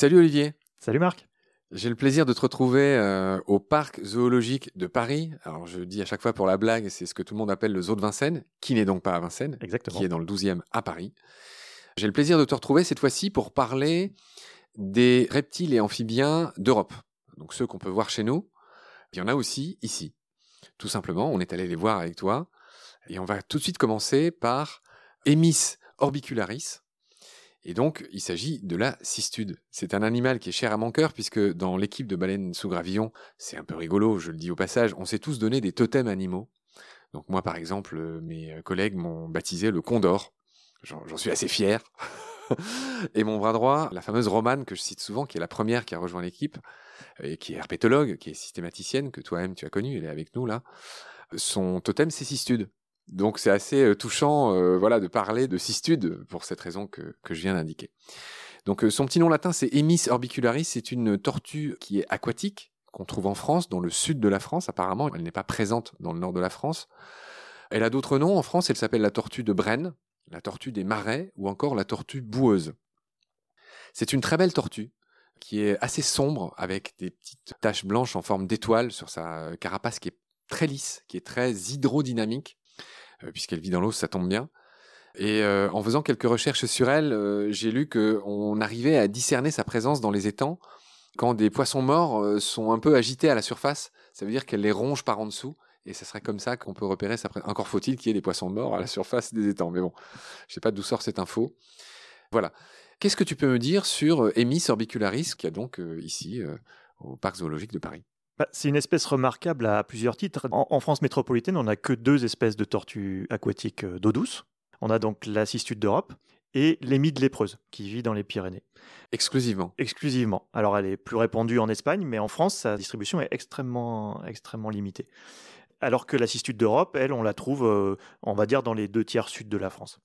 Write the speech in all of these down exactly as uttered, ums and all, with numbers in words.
Salut Olivier. Salut Marc. J'ai le plaisir de te retrouver euh, au parc zoologique de Paris. Alors je dis à chaque fois pour la blague, c'est ce que tout le monde appelle le zoo de Vincennes, qui n'est donc pas à Vincennes, Exactement. qui est dans le douzième à Paris. J'ai le plaisir de te retrouver cette fois-ci pour parler des reptiles et amphibiens d'Europe. Donc ceux qu'on peut voir chez nous. Il y en a aussi ici. Tout simplement, on est allé les voir avec toi. Et on va tout de suite commencer par Emys orbicularis. Et donc, il s'agit de la cistude. C'est un animal qui est cher à mon cœur, puisque dans l'équipe de baleines sous gravillon, c'est un peu rigolo, je le dis au passage, on s'est tous donné des totems animaux. Donc moi, par exemple, mes collègues m'ont baptisé le condor. J'en, j'en suis assez fier. Et mon bras droit, la fameuse Romane, que je cite souvent, qui est la première qui a rejoint l'équipe, et qui est herpétologue, qui est systématicienne, que toi-même tu as connue, elle est avec nous là. Son totem, c'est cistude. Donc c'est assez euh, touchant euh, voilà, de parler de cistude pour cette raison que, que je viens d'indiquer. Donc euh, son petit nom latin, c'est Emys orbicularis. C'est une tortue qui est aquatique, qu'on trouve en France, dans le sud de la France apparemment. Elle n'est pas présente dans le nord de la France. Elle a d'autres noms. En France, elle s'appelle la tortue de Brenne, la tortue des marais ou encore la tortue boueuse. C'est une très belle tortue qui est assez sombre avec des petites taches blanches en forme d'étoile sur sa carapace qui est très lisse, qui est très hydrodynamique. Puisqu'elle vit dans l'eau, ça tombe bien. Et euh, en faisant quelques recherches sur elle, euh, j'ai lu qu'on arrivait à discerner sa présence dans les étangs quand des poissons morts euh, sont un peu agités à la surface. Ça veut dire qu'elle les ronge par en dessous. Et ce serait comme ça qu'on peut repérer sa présence. Encore faut-il qu'il y ait des poissons morts à la surface des étangs. Mais bon, je ne sais pas d'où sort cette info. Voilà. Qu'est-ce que tu peux me dire sur Emys orbicularis, qui a donc euh, ici, euh, au parc zoologique de Paris ? Bah, c'est une espèce remarquable à plusieurs titres. En, en France métropolitaine, on n'a que deux espèces de tortues aquatiques d'eau douce. On a donc la cistude d'Europe et l'émide lépreuse, qui vit dans les Pyrénées. Exclusivement. Exclusivement. Alors elle est plus répandue en Espagne, mais en France, sa distribution est extrêmement, extrêmement limitée. Alors que la cistude d'Europe, elle, on la trouve, euh, on va dire, dans les deux tiers sud de la France.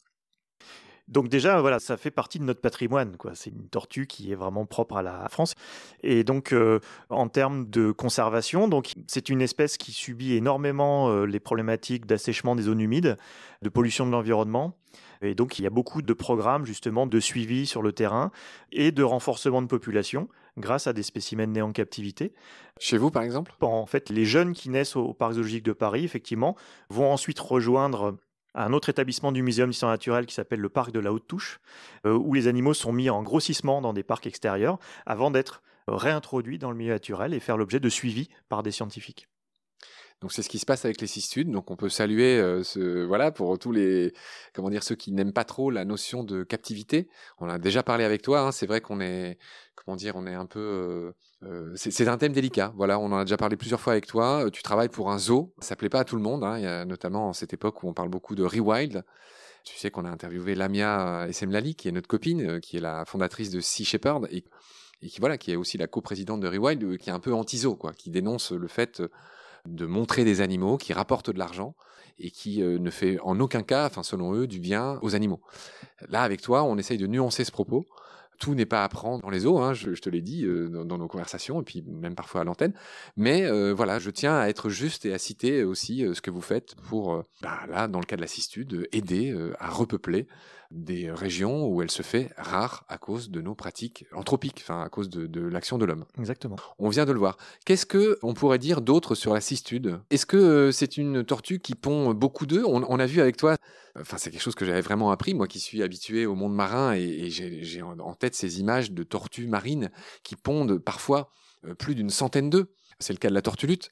Donc déjà, voilà, ça fait partie de notre patrimoine, quoi. C'est une tortue qui est vraiment propre à la France. Et donc, euh, en termes de conservation, donc c'est une espèce qui subit énormément euh, les problématiques d'assèchement des zones humides, de pollution de l'environnement. Et donc, il y a beaucoup de programmes, justement, de suivi sur le terrain et de renforcement de population grâce à des spécimens nés en captivité. Chez vous, par exemple ? En fait, les jeunes qui naissent au parc zoologique de Paris, effectivement, vont ensuite rejoindre un autre établissement du Muséum d'histoire naturelle qui s'appelle le parc de la Haute-Touche, euh, où les animaux sont mis en grossissement dans des parcs extérieurs avant d'être réintroduits dans le milieu naturel et faire l'objet de suivi par des scientifiques. Donc c'est ce qui se passe avec les cistudes. Donc on peut saluer euh, ce voilà pour tous les comment dire ceux qui n'aiment pas trop la notion de captivité. On a déjà parlé avec toi. Hein, c'est vrai qu'on est comment dire on est un peu euh, euh, c'est, c'est un thème délicat. Voilà, on en a déjà parlé plusieurs fois avec toi. Tu travailles pour un zoo. Ça plaît pas à tout le monde. Hein. Il y a notamment en cette époque où on parle beaucoup de Rewild. Tu sais qu'on a interviewé Lamia Essemlali, qui est notre copine, qui est la fondatrice de Sea Shepherd et, et qui voilà qui est aussi la coprésidente de Rewild, qui est un peu anti-zoo quoi, qui dénonce le fait de montrer des animaux qui rapportent de l'argent et qui euh, ne fait en aucun cas, enfin selon eux, du bien aux animaux. Là, avec toi, on essaye de nuancer ce propos. Tout n'est pas à prendre dans les eaux, hein, je, je te l'ai dit euh, dans, dans nos conversations et puis même parfois à l'antenne. Mais euh, voilà, je tiens à être juste et à citer aussi euh, ce que vous faites pour, euh, bah, là, dans le cas de la cistude, aider euh, à repeupler des régions où elle se fait rare à cause de nos pratiques anthropiques, enfin à cause de, de l'action de l'homme. Exactement. On vient de le voir. Qu'est-ce que on pourrait dire d'autre sur la cistude ? Est-ce que euh, c'est une tortue qui pond beaucoup d'œufs ? on, on a vu avec toi, enfin c'est quelque chose que j'avais vraiment appris, moi qui suis habitué au monde marin et, et j'ai, j'ai en tête ces images de tortues marines qui pondent parfois euh, plus d'une centaine d'œufs. C'est le cas de la tortue luth.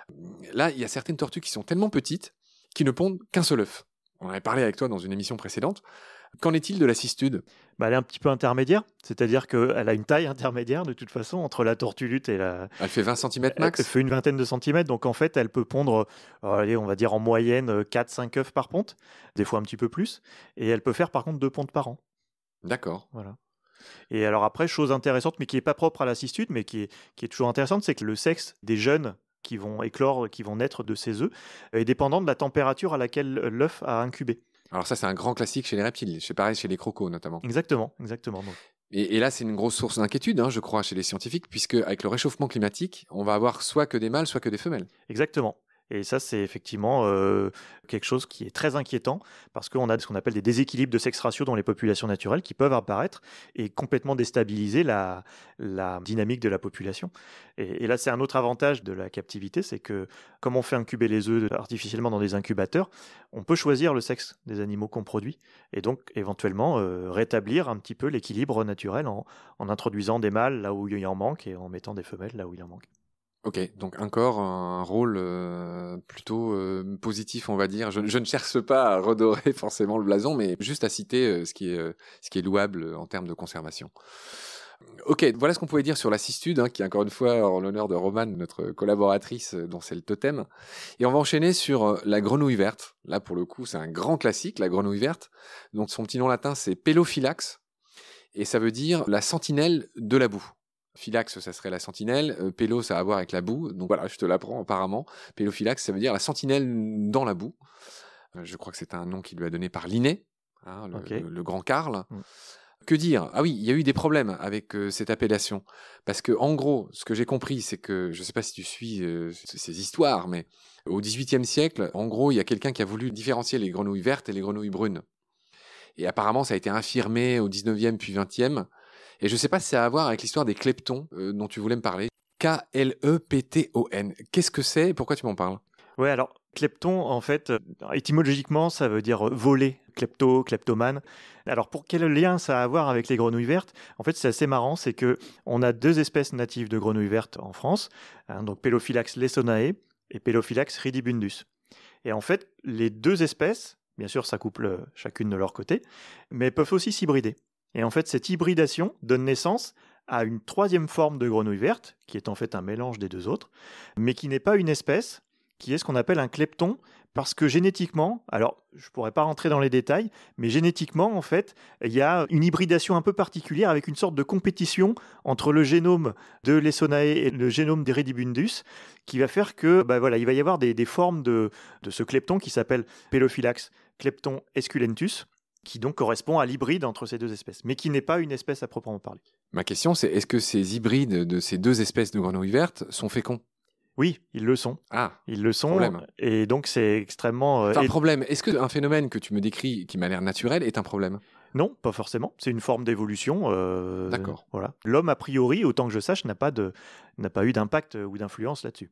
Là, il y a certaines tortues qui sont tellement petites qui ne pondent qu'un seul œuf. On en avait parlé avec toi dans une émission précédente. Qu'en est-il de la cistude ? Bah, elle est un petit peu intermédiaire, c'est-à-dire qu'elle a une taille intermédiaire de toute façon entre la tortue luth et la... Elle fait vingt centimètres max ? Elle fait une vingtaine de centimètres, donc en fait elle peut pondre, euh, allez, on va dire en moyenne quatre à cinq œufs par ponte, des fois un petit peu plus, et elle peut faire par contre deux pontes par an. D'accord. Voilà. Et alors après, chose intéressante, mais qui n'est pas propre à la cistude, mais qui est, qui est toujours intéressante, c'est que le sexe des jeunes qui vont éclore, qui vont naître de ces œufs, est dépendant de la température à laquelle l'œuf a incubé. Alors ça, c'est un grand classique chez les reptiles. C'est pareil chez les crocos, notamment. Exactement, exactement. Donc. Et, et là, c'est une grosse source d'inquiétude, hein, je crois, chez les scientifiques, puisque avec le réchauffement climatique, on va avoir soit que des mâles, soit que des femelles. Exactement. Et ça, c'est effectivement euh, quelque chose qui est très inquiétant parce qu'on a ce qu'on appelle des déséquilibres de sexe-ratio dans les populations naturelles qui peuvent apparaître et complètement déstabiliser la, la dynamique de la population. Et, et là, c'est un autre avantage de la captivité, c'est que comme on fait incuber les œufs artificiellement dans des incubateurs, on peut choisir le sexe des animaux qu'on produit et donc éventuellement euh, rétablir un petit peu l'équilibre naturel en, en introduisant des mâles là où il y en manque et en mettant des femelles là où il en manque. Ok, donc encore un rôle euh, plutôt euh, positif, on va dire. Je, je ne cherche pas à redorer forcément le blason, mais juste à citer euh, ce, qui est, euh, ce qui est louable en termes de conservation. Ok, voilà ce qu'on pouvait dire sur la cistude, hein, qui est encore une fois en l'honneur de Romane, notre collaboratrice, euh, dont c'est le totem. Et on va enchaîner sur euh, la grenouille verte. Là, pour le coup, c'est un grand classique, la grenouille verte. Donc son petit nom latin, c'est Pelophylax, et ça veut dire la sentinelle de la boue. Phylax, ça serait la sentinelle. Euh, Pélo, ça a à voir avec la boue. Donc voilà, je te l'apprends apparemment. Pélophylax, ça veut dire la sentinelle dans la boue. Euh, je crois que c'est un nom qu'il lui a donné par Linné, hein, le, Okay. le, le grand Karl. Mm. Que dire? Ah oui, il y a eu des problèmes avec euh, cette appellation. Parce que, en gros, ce que j'ai compris, c'est que, je ne sais pas si tu suis euh, ces histoires, mais au dix-huitième siècle, en gros, il y a quelqu'un qui a voulu différencier les grenouilles vertes et les grenouilles brunes. Et apparemment, ça a été infirmé au dix-neuvième puis vingtième. Et je ne sais pas si ça a à voir avec l'histoire des kleptons euh, dont tu voulais me parler. K L E P T O N. Qu'est-ce que c'est et pourquoi tu m'en parles? Ouais, alors, klepton, en fait, euh, étymologiquement, ça veut dire euh, voler, klepto, kleptomane. Alors, pour quel lien ça a à voir avec les grenouilles vertes? En fait, c'est assez marrant, c'est que on a deux espèces natives de grenouilles vertes en France, hein, donc Pelophylax lesonae et Pelophylax ridibundus. Et en fait, les deux espèces, bien sûr, s'accouplent chacune de leur côté, mais peuvent aussi s'hybrider. Et en fait, cette hybridation donne naissance à une troisième forme de grenouille verte, qui est en fait un mélange des deux autres, mais qui n'est pas une espèce, qui est ce qu'on appelle un klepton, parce que génétiquement, alors je ne pourrais pas rentrer dans les détails, mais génétiquement, en fait, il y a une hybridation un peu particulière avec une sorte de compétition entre le génome de Lesonae et le génome des Ridibundus, qui va faire que, bah voilà, il va y avoir des, des formes de, de ce klepton qui s'appelle Pelophylax klepton esculentus, qui donc correspond à l'hybride entre ces deux espèces, mais qui n'est pas une espèce à proprement parler. Ma question, c'est est-ce que ces hybrides de ces deux espèces de grenouilles vertes sont féconds? Oui, ils le sont. Ah, Ils le sont. problème. Et donc, c'est extrêmement. euh, Enfin, et- problème. Est-ce qu'un phénomène que tu me décris, qui m'a l'air naturel, est un problème? Non, pas forcément. C'est une forme d'évolution. euh, D'accord. Voilà. L'homme, a priori, autant que je sache, n'a pas, de... n'a pas eu d'impact ou d'influence là-dessus.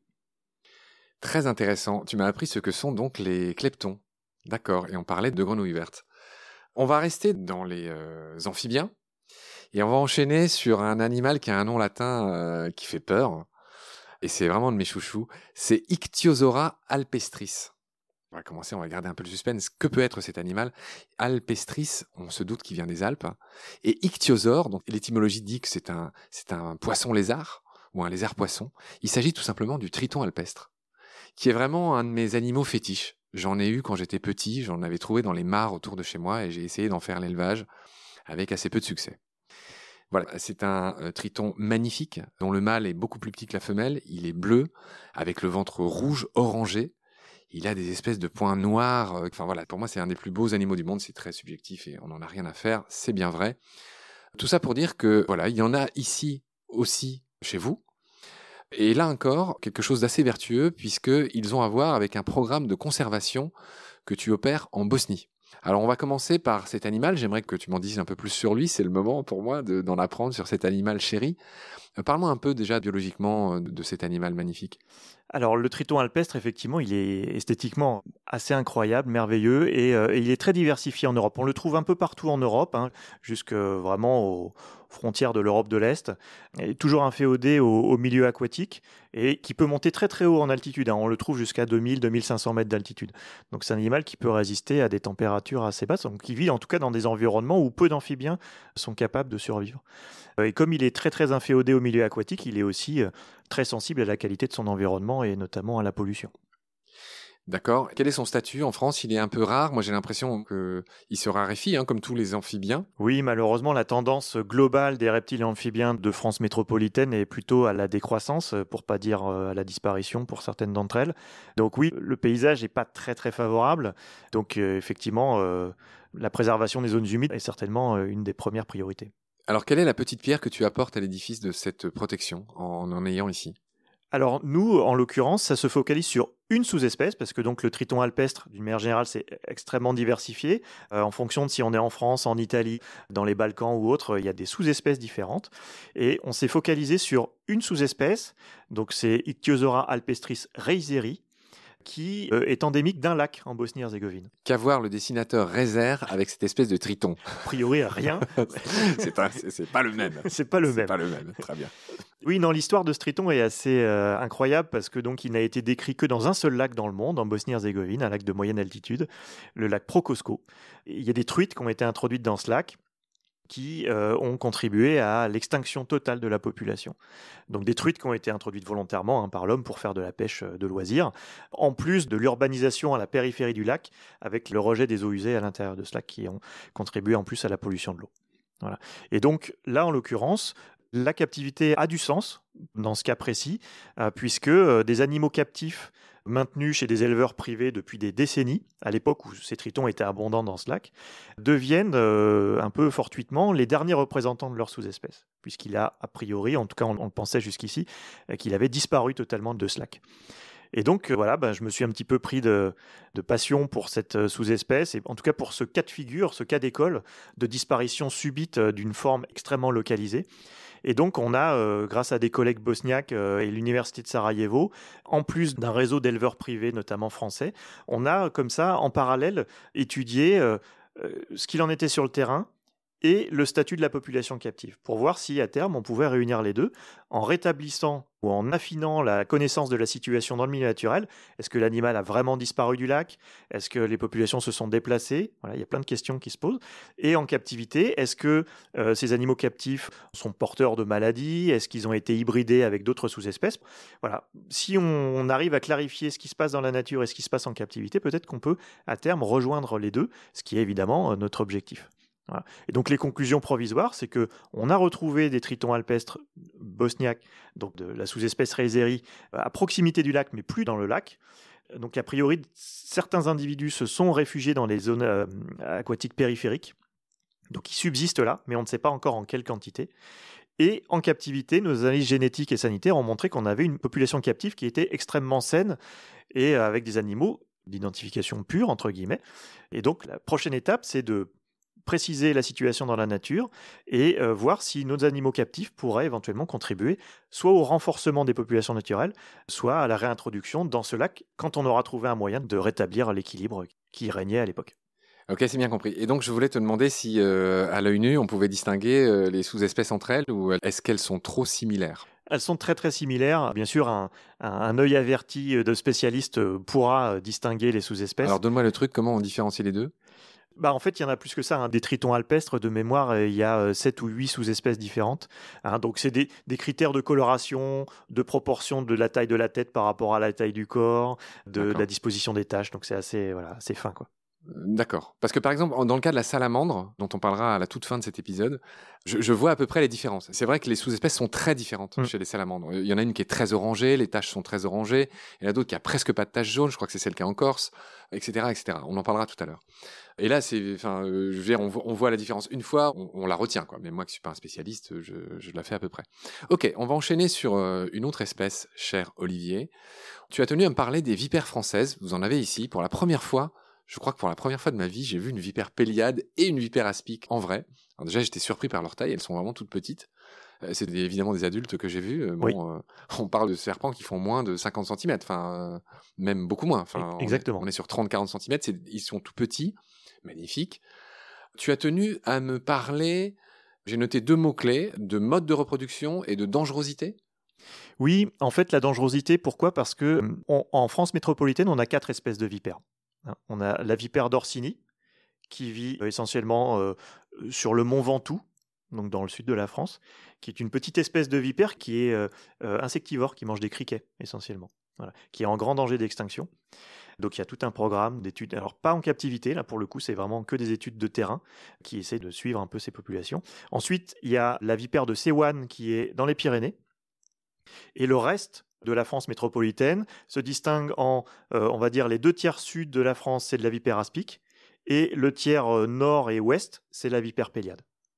Très intéressant. Tu m'as appris ce que sont donc les kleptons. D'accord. Et on parlait de grenouilles vertes. On va rester dans les euh, amphibiens et on va enchaîner sur un animal qui a un nom latin euh, qui fait peur. Et c'est vraiment de mes chouchous. C'est Ichthyosaura alpestris. On va commencer, on va garder un peu le suspense. Que peut être cet animal? Alpestris, on se doute qu'il vient des Alpes. Et ichthyosaure, donc l'étymologie dit que c'est un, c'est un poisson lézard ou un lézard poisson. Il s'agit tout simplement du triton alpestre, qui est vraiment un de mes animaux fétiches. J'en ai eu quand j'étais petit, j'en avais trouvé dans les mares autour de chez moi et j'ai essayé d'en faire l'élevage avec assez peu de succès. Voilà, c'est un euh, triton magnifique dont le mâle est beaucoup plus petit que la femelle. Il est bleu avec le ventre rouge orangé. Il a des espèces de points noirs. euh, Enfin voilà, pour moi c'est un des plus beaux animaux du monde. C'est très subjectif et on n'en a rien à faire. C'est bien vrai. Tout ça pour dire que voilà, il y en a ici aussi chez vous. Et là encore, quelque chose d'assez vertueux, puisqu'ils ont à voir avec un programme de conservation que tu opères en Bosnie. Alors on va commencer par cet animal, j'aimerais que tu m'en dises un peu plus sur lui, c'est le moment pour moi de, d'en apprendre sur cet animal chéri. Euh, Parle-moi un peu déjà biologiquement euh, de, de cet animal magnifique. Alors, le triton alpestre, effectivement, il est esthétiquement assez incroyable, merveilleux, et, euh, et il est très diversifié en Europe. On le trouve un peu partout en Europe, hein, jusque vraiment aux frontières de l'Europe de l'Est. Il est toujours inféodé au, au milieu aquatique et qui peut monter très très haut en altitude, hein. On le trouve jusqu'à deux mille à deux mille cinq cents mètres d'altitude. Donc, c'est un animal qui peut résister à des températures assez basses, donc qui vit en tout cas dans des environnements où peu d'amphibiens sont capables de survivre. Et comme il est très très inféodé au milieu aquatique, il est aussi euh, très sensible à la qualité de son environnement et notamment à la pollution. D'accord. Quel est son statut en France? Il est un peu rare. Moi, j'ai l'impression qu'il se raréfie, hein, comme tous les amphibiens. Oui, malheureusement, la tendance globale des reptiles et amphibiens de France métropolitaine est plutôt à la décroissance, pour pas dire à la disparition pour certaines d'entre elles. Donc oui, le paysage n'est pas très très favorable. Donc euh, effectivement, euh, la préservation des zones humides est certainement euh, une des premières priorités. Alors, quelle est la petite pierre que tu apportes à l'édifice de cette protection en en ayant ici? Alors nous, en l'occurrence, ça se focalise sur une sous-espèce, parce que donc le triton alpestre, d'une manière générale, c'est extrêmement diversifié. Euh, en fonction de si on est en France, en Italie, dans les Balkans ou autres, il y a des sous-espèces différentes. Et on s'est focalisé sur une sous-espèce, donc c'est Ichthyosaura alpestris reiseri, qui euh, est endémique d'un lac en Bosnie-Herzégovine. Qu'à voir le dessinateur Reiser avec cette espèce de triton. A priori, rien. c'est, pas, c'est, c'est pas le même. C'est pas le c'est même. pas le même, très bien. Oui, non, l'histoire de ce triton est assez euh, incroyable parce que donc il n'a été décrit que dans un seul lac dans le monde, en Bosnie-Herzégovine, un lac de moyenne altitude, le lac Prokosko. Il y a des truites qui ont été introduites dans ce lac qui euh, ont contribué à l'extinction totale de la population. Donc des truites qui ont été introduites volontairement hein, par l'homme pour faire de la pêche de loisirs, en plus de l'urbanisation à la périphérie du lac, avec le rejet des eaux usées à l'intérieur de ce lac qui ont contribué en plus à la pollution de l'eau. Voilà. Et donc là, en l'occurrence, la captivité a du sens dans ce cas précis, euh, puisque euh, des animaux captifs maintenus chez des éleveurs privés depuis des décennies, à l'époque où ces tritons étaient abondants dans ce lac, deviennent euh, un peu fortuitement les derniers représentants de leur sous-espèce, puisqu'il a, a priori, en tout cas on, on le pensait jusqu'ici, euh, qu'il avait disparu totalement de ce lac. Et donc euh, voilà, ben, je me suis un petit peu pris de, de passion pour cette euh, sous-espèce, et en tout cas pour ce cas de figure, ce cas d'école de disparition subite euh, d'une forme extrêmement localisée. Et donc, on a, euh, grâce à des collègues bosniaques euh, et l'université de Sarajevo, en plus d'un réseau d'éleveurs privés, notamment français, on a comme ça, en parallèle, étudié euh, euh, ce qu'il en était sur le terrain et le statut de la population captive, pour voir si à terme on pouvait réunir les deux en rétablissant ou en affinant la connaissance de la situation dans le milieu naturel. Est-ce que l'animal a vraiment disparu du lac? Est-ce que les populations se sont déplacées? Voilà, il y a plein de questions qui se posent. Et en captivité, est-ce que euh, ces animaux captifs sont porteurs de maladies? Est-ce qu'ils ont été hybridés avec d'autres sous-espèces? Voilà. Si on, on arrive à clarifier ce qui se passe dans la nature et ce qui se passe en captivité, peut-être qu'on peut à terme rejoindre les deux, ce qui est évidemment notre objectif. Voilà. Et donc les conclusions provisoires, c'est que on a retrouvé des tritons alpestres bosniaques, donc de la sous-espèce Reiseri, à proximité du lac, mais plus dans le lac. Donc a priori, certains individus se sont réfugiés dans les zones euh, aquatiques périphériques, donc ils subsistent là, mais on ne sait pas encore en quelle quantité. Et en captivité, nos analyses génétiques et sanitaires ont montré qu'on avait une population captive qui était extrêmement saine et avec des animaux d'identification pure, entre guillemets. Et donc la prochaine étape, c'est de préciser la situation dans la nature et euh, voir si nos animaux captifs pourraient éventuellement contribuer soit au renforcement des populations naturelles, soit à la réintroduction dans ce lac quand on aura trouvé un moyen de rétablir l'équilibre qui régnait à l'époque. Ok, c'est bien compris. Et donc, je voulais te demander si, euh, à l'œil nu, on pouvait distinguer euh, les sous-espèces entre elles ou est-ce qu'elles sont trop similaires? Elles sont très très similaires. Bien sûr, un, un, un œil averti de spécialiste pourra distinguer les sous-espèces. Alors, donne-moi le truc, comment on différencie les deux? Bah en fait, il y en a plus que ça. Hein. Des tritons alpestres, de mémoire, il y a sept ou huit sous-espèces différentes. Hein. Donc, c'est des, des critères de coloration, de proportion de la taille de la tête par rapport à la taille du corps, de, de la disposition des taches. Donc, c'est assez, voilà, assez fin, quoi. D'accord. Parce que par exemple, dans le cas de la salamandre, dont on parlera à la toute fin de cet épisode, je, je vois à peu près les différences. C'est vrai que les sous-espèces sont très différentes mmh. chez les salamandres. Il y en a une qui est très orangée, les taches sont très orangées. Il y en a d'autres qui a presque pas de taches jaunes, je crois que c'est celle qui est en Corse, et cetera, et cetera. On en parlera tout à l'heure. Et là, c'est, enfin, euh, je veux dire, on, on voit la différence une fois, on, on la retient, quoi. Mais moi, qui suis pas un spécialiste, je, je la fais à peu près. Ok, on va enchaîner sur euh, une autre espèce, cher Olivier. Tu as tenu à me parler des vipères françaises. Vous en avez ici pour la première fois. Je crois que pour la première fois de ma vie, j'ai vu une vipère péliade et une vipère aspic en vrai. Alors déjà, j'étais surpris par leur taille, elles sont vraiment toutes petites. Euh, c'est des, évidemment des adultes que j'ai vus. Euh, bon, oui. euh, on parle de serpents qui font moins de cinquante centimètres, enfin, euh, même beaucoup moins. Enfin, Exactement. On est, on est sur trente à quarante centimètres, c'est, ils sont tout petits, magnifiques. Tu as tenu à me parler, j'ai noté deux mots-clés, de mode de reproduction et de dangerosité. Oui, en fait, la dangerosité, pourquoi ? Parce que on, en France métropolitaine, on a quatre espèces de vipères. On a la vipère d'Orsini, qui vit essentiellement euh, sur le mont Ventoux, donc dans le sud de la France, qui est une petite espèce de vipère qui est euh, insectivore, qui mange des criquets essentiellement, voilà, qui est en grand danger d'extinction. Donc il y a tout un programme d'études, alors pas en captivité, là pour le coup c'est vraiment que des études de terrain qui essaient de suivre un peu ces populations. Ensuite il y a la vipère de Séwan qui est dans les Pyrénées, et le reste de la France métropolitaine se distingue en, euh, on va dire, les deux tiers sud de la France, c'est de la vipère aspic, et le tiers euh, nord et ouest, c'est la vipère péliade.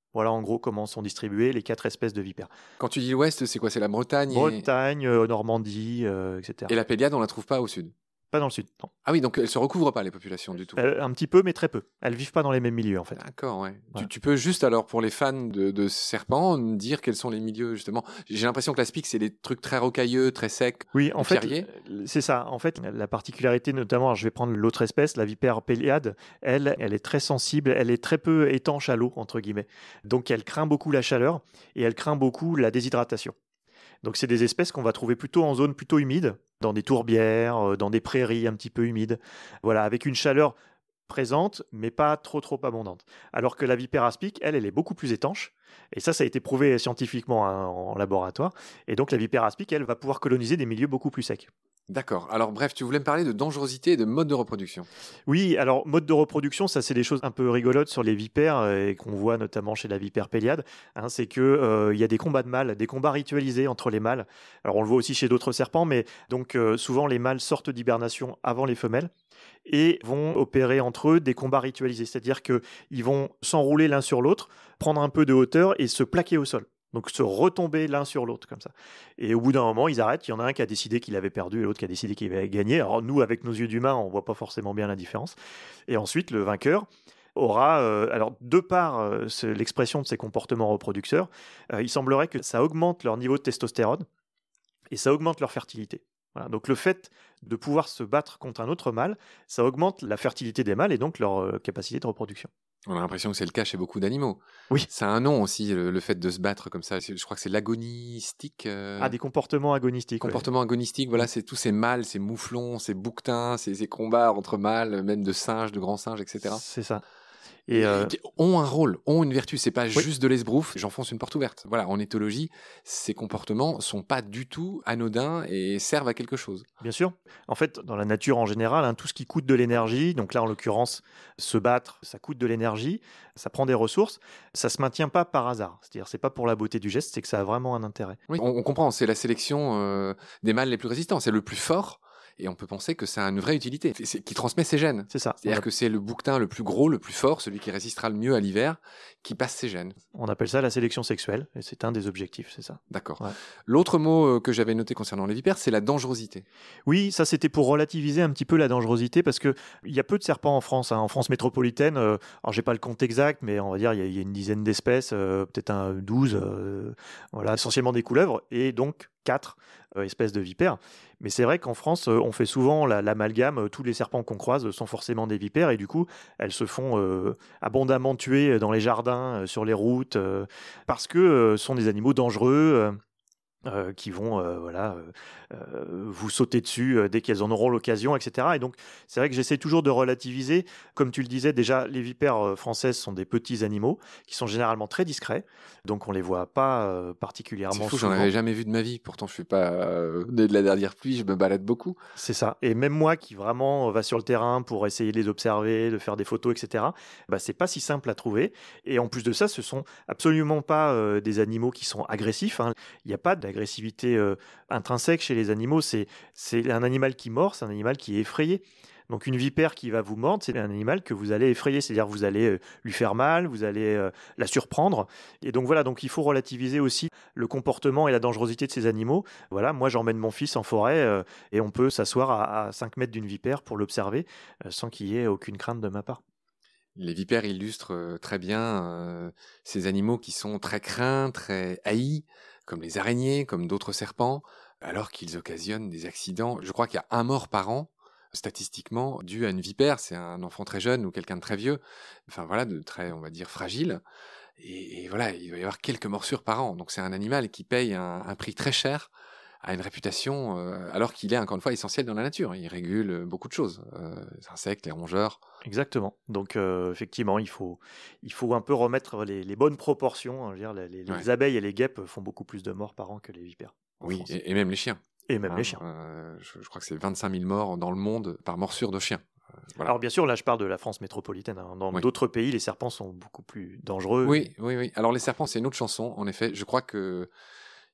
Voilà en gros comment sont distribuées les quatre espèces de vipères. Quand tu dis l'Ouest, c'est quoi? C'est la Bretagne et... Bretagne, euh, Normandie, euh, et cetera. Et la péliade, on la trouve pas au sud? Pas dans le sud, non. Ah oui, donc elles se recouvrent pas, les populations, du tout. Euh, un petit peu, mais très peu. Elles vivent pas dans les mêmes milieux, en fait. D'accord, ouais. Voilà. Tu, tu peux juste, alors, pour les fans de, de serpents, me dire quels sont les milieux, justement. J'ai l'impression que la spic, c'est des trucs très rocailleux, très secs. Oui, en fait, pierriers. c'est ça. En fait, la particularité, notamment, alors je vais prendre l'autre espèce, la vipère péliade, elle, elle est très sensible, elle est très peu étanche à l'eau, entre guillemets. Donc, elle craint beaucoup la chaleur et elle craint beaucoup la déshydratation. Donc, c'est des espèces qu'on va trouver plutôt en zone plutôt humide, dans des tourbières, dans des prairies un petit peu humides. Voilà, avec une chaleur présente, mais pas trop trop abondante. Alors que la vipère aspic, elle, elle est beaucoup plus étanche. Et ça, ça a été prouvé scientifiquement hein, en laboratoire. Et donc, la vipère aspic, elle, va pouvoir coloniser des milieux beaucoup plus secs. D'accord. Alors, bref, tu voulais me parler de dangerosité et de mode de reproduction. Oui, alors, mode de reproduction, ça, c'est des choses un peu rigolotes sur les vipères euh, et qu'on voit notamment chez la vipère péliade. Hein, c'est qu'il euh, y a des combats de mâles, des combats ritualisés entre les mâles. Alors, on le voit aussi chez d'autres serpents, mais donc, euh, souvent, les mâles sortent d'hibernation avant les femelles et vont opérer entre eux des combats ritualisés. C'est-à-dire qu'ils vont s'enrouler l'un sur l'autre, prendre un peu de hauteur et se plaquer au sol. Donc se retomber l'un sur l'autre comme ça. Et au bout d'un moment, ils arrêtent. Il y en a un qui a décidé qu'il avait perdu et l'autre qui a décidé qu'il avait gagné. Alors nous, avec nos yeux d'humains, on voit pas forcément bien la différence. Et ensuite, le vainqueur aura, euh, alors de par euh, l'expression de ces comportements reproducteurs, euh, il semblerait que ça augmente leur niveau de testostérone et ça augmente leur fertilité. Voilà. Donc le fait de pouvoir se battre contre un autre mâle, ça augmente la fertilité des mâles et donc leur euh, capacité de reproduction. On a l'impression que c'est le cas chez beaucoup d'animaux. Oui. Ça a un nom aussi, le, le fait de se battre comme ça. Je crois que c'est l'agonistique. Euh... Ah, des comportements agonistiques. Comportements ouais. agonistiques, voilà, c'est tous ces mâles, ces mouflons, ces bouquetins, ces, ces combats entre mâles, même de singes, de grands singes, et cetera. C'est ça. Et, euh... ont un rôle, ont une vertu. C'est pas oui. juste de l'esbrouf, j'enfonce une porte ouverte. Voilà, en éthologie, ces comportements sont pas du tout anodins et servent à quelque chose. Bien sûr. En fait, dans la nature en général, hein, tout ce qui coûte de l'énergie, donc là en l'occurrence, se battre, ça coûte de l'énergie, ça prend des ressources, ça se maintient pas par hasard. C'est-à-dire, c'est pas pour la beauté du geste, c'est que ça a vraiment un intérêt. Oui, on, on comprend. C'est la sélection euh, des mâles les plus résistants. C'est le plus fort. Et on peut penser que ça a une vraie utilité, c'est, qui transmet ses gènes. C'est ça. C'est-à-dire a... que c'est le bouquetin le plus gros, le plus fort, celui qui résistera le mieux à l'hiver, qui passe ses gènes. On appelle ça la sélection sexuelle, et c'est un des objectifs, c'est ça. D'accord. Ouais. L'autre mot que j'avais noté concernant les vipères, c'est la dangerosité. Oui, ça c'était pour relativiser un petit peu la dangerosité, parce qu'il y a peu de serpents en France. Hein. En France métropolitaine, euh, alors j'ai pas le compte exact, mais on va dire il y, y a une dizaine d'espèces, euh, peut-être un douze, euh, voilà, essentiellement des couleuvres, et donc quatre euh, espèces de vipères. Mais c'est vrai qu'en France, euh, on fait souvent la, l'amalgame, euh, tous les serpents qu'on croise sont forcément des vipères, et du coup, elles se font euh, abondamment tuer dans les jardins, euh, sur les routes, euh, parce que euh, sont des animaux dangereux, euh, Euh, qui vont euh, voilà, euh, euh, vous sauter dessus euh, dès qu'elles en auront l'occasion, et cetera. Et donc, c'est vrai que j'essaie toujours de relativiser. Comme tu le disais, déjà, les vipères euh, françaises sont des petits animaux qui sont généralement très discrets, donc on les voit pas euh, particulièrement c'est fou, souvent. J'en avais jamais vu de ma vie. Pourtant, je suis pas euh, né de la dernière pluie, je me balade beaucoup. C'est ça. Et même moi qui vraiment va sur le terrain pour essayer de les observer, de faire des photos, et cetera, bah, c'est pas si simple à trouver. Et en plus de ça, ce sont absolument pas euh, des animaux qui sont agressifs. Hein. Il n'y a pas d'agressivité euh, intrinsèque chez les animaux. C'est, c'est un animal qui mord, c'est un animal qui est effrayé. Donc une vipère qui va vous mordre, c'est un animal que vous allez effrayer, c'est-à-dire que vous allez euh, lui faire mal, vous allez euh, la surprendre. Et donc voilà, donc il faut relativiser aussi le comportement et la dangerosité de ces animaux. Voilà, moi j'emmène mon fils en forêt euh, et on peut s'asseoir à, à cinq mètres d'une vipère pour l'observer euh, sans qu'il y ait aucune crainte de ma part. Les vipères illustrent euh, très bien euh, ces animaux qui sont très craints, très haïs, comme les araignées, comme d'autres serpents, alors qu'ils occasionnent des accidents. Je crois qu'il y a un mort par an, statistiquement, dû à une vipère. C'est un enfant très jeune ou quelqu'un de très vieux, enfin voilà, de très, on va dire, fragile. Et, et voilà, il va y avoir quelques morsures par an. Donc c'est un animal qui paye un, un prix très cher à une réputation, euh, alors qu'il est encore une fois essentiel dans la nature. Il régule beaucoup de choses, euh, les insectes, les rongeurs. Exactement. Donc euh, effectivement, il faut, il faut un peu remettre les, les bonnes proportions. Hein, je veux dire, les, les Ouais. abeilles et les guêpes font beaucoup plus de morts par an que les vipères. Oui, et, et même les chiens. Et même hein, les chiens. Euh, je, je crois que c'est vingt-cinq mille morts dans le monde par morsure de chien. Euh, voilà. Alors bien sûr, là je parle de la France métropolitaine. Hein. Dans oui. d'autres pays, les serpents sont beaucoup plus dangereux. Oui, oui, oui. Alors les serpents, c'est une autre chanson. En effet, je crois que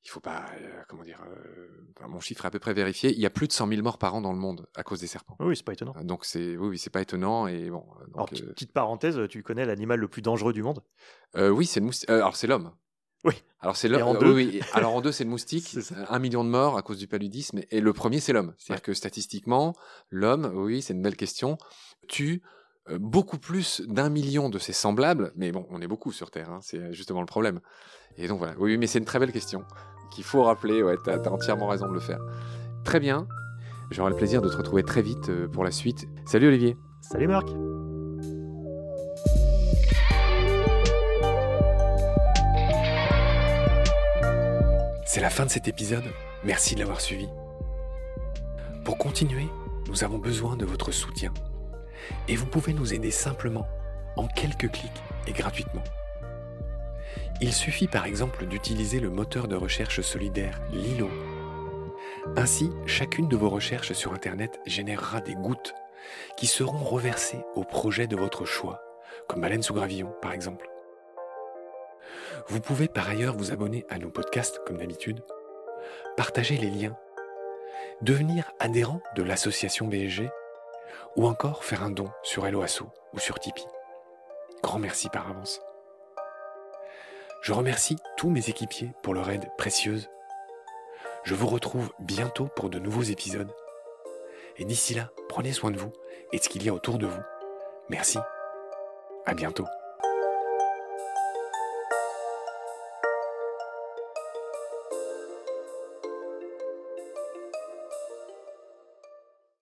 il faut pas, euh, comment dire, euh, enfin, mon chiffre est à peu près vérifié. Il y a plus de cent mille morts par an dans le monde à cause des serpents. Oui, c'est pas étonnant. Donc c'est, oui, oui, c'est pas étonnant et bon. Donc, alors, petite, euh, petite parenthèse, tu connais l'animal le plus dangereux du monde? euh, oui, c'est le moustique. Euh, alors c'est l'homme. Oui. Alors c'est Et en l'homme. deux Oui, oui. Alors en deux, c'est le moustique. C'est ça. Un million de morts à cause du paludisme. Et le premier, c'est l'homme. C'est-à-dire Ouais. que statistiquement, l'homme, oui, c'est une belle question, tue euh, beaucoup plus d'un million de ses semblables. Mais bon, on est beaucoup sur Terre. Hein, c'est justement le problème. Et donc voilà. Oui, mais c'est une très belle question qu'il faut rappeler. Ouais, t'as, t'as entièrement raison de le faire. Très bien. J'aurai le plaisir de te retrouver très vite euh, pour la suite. Salut Olivier. Salut Marc. C'est la fin de cet épisode, merci de l'avoir suivi. Pour continuer, nous avons besoin de votre soutien. Et vous pouvez nous aider simplement, en quelques clics et gratuitement. Il suffit par exemple d'utiliser le moteur de recherche solidaire Lilo. Ainsi, chacune de vos recherches sur Internet générera des gouttes qui seront reversées au projet de votre choix, comme Baleine sous gravillon par exemple. Vous pouvez par ailleurs vous abonner à nos podcasts comme d'habitude, partager les liens, devenir adhérent de l'association B S G ou encore faire un don sur Hello Asso ou sur Tipeee. Grand merci par avance. Je remercie tous mes équipiers pour leur aide précieuse. Je vous retrouve bientôt pour de nouveaux épisodes. Et d'ici là, prenez soin de vous et de ce qu'il y a autour de vous. Merci. À bientôt.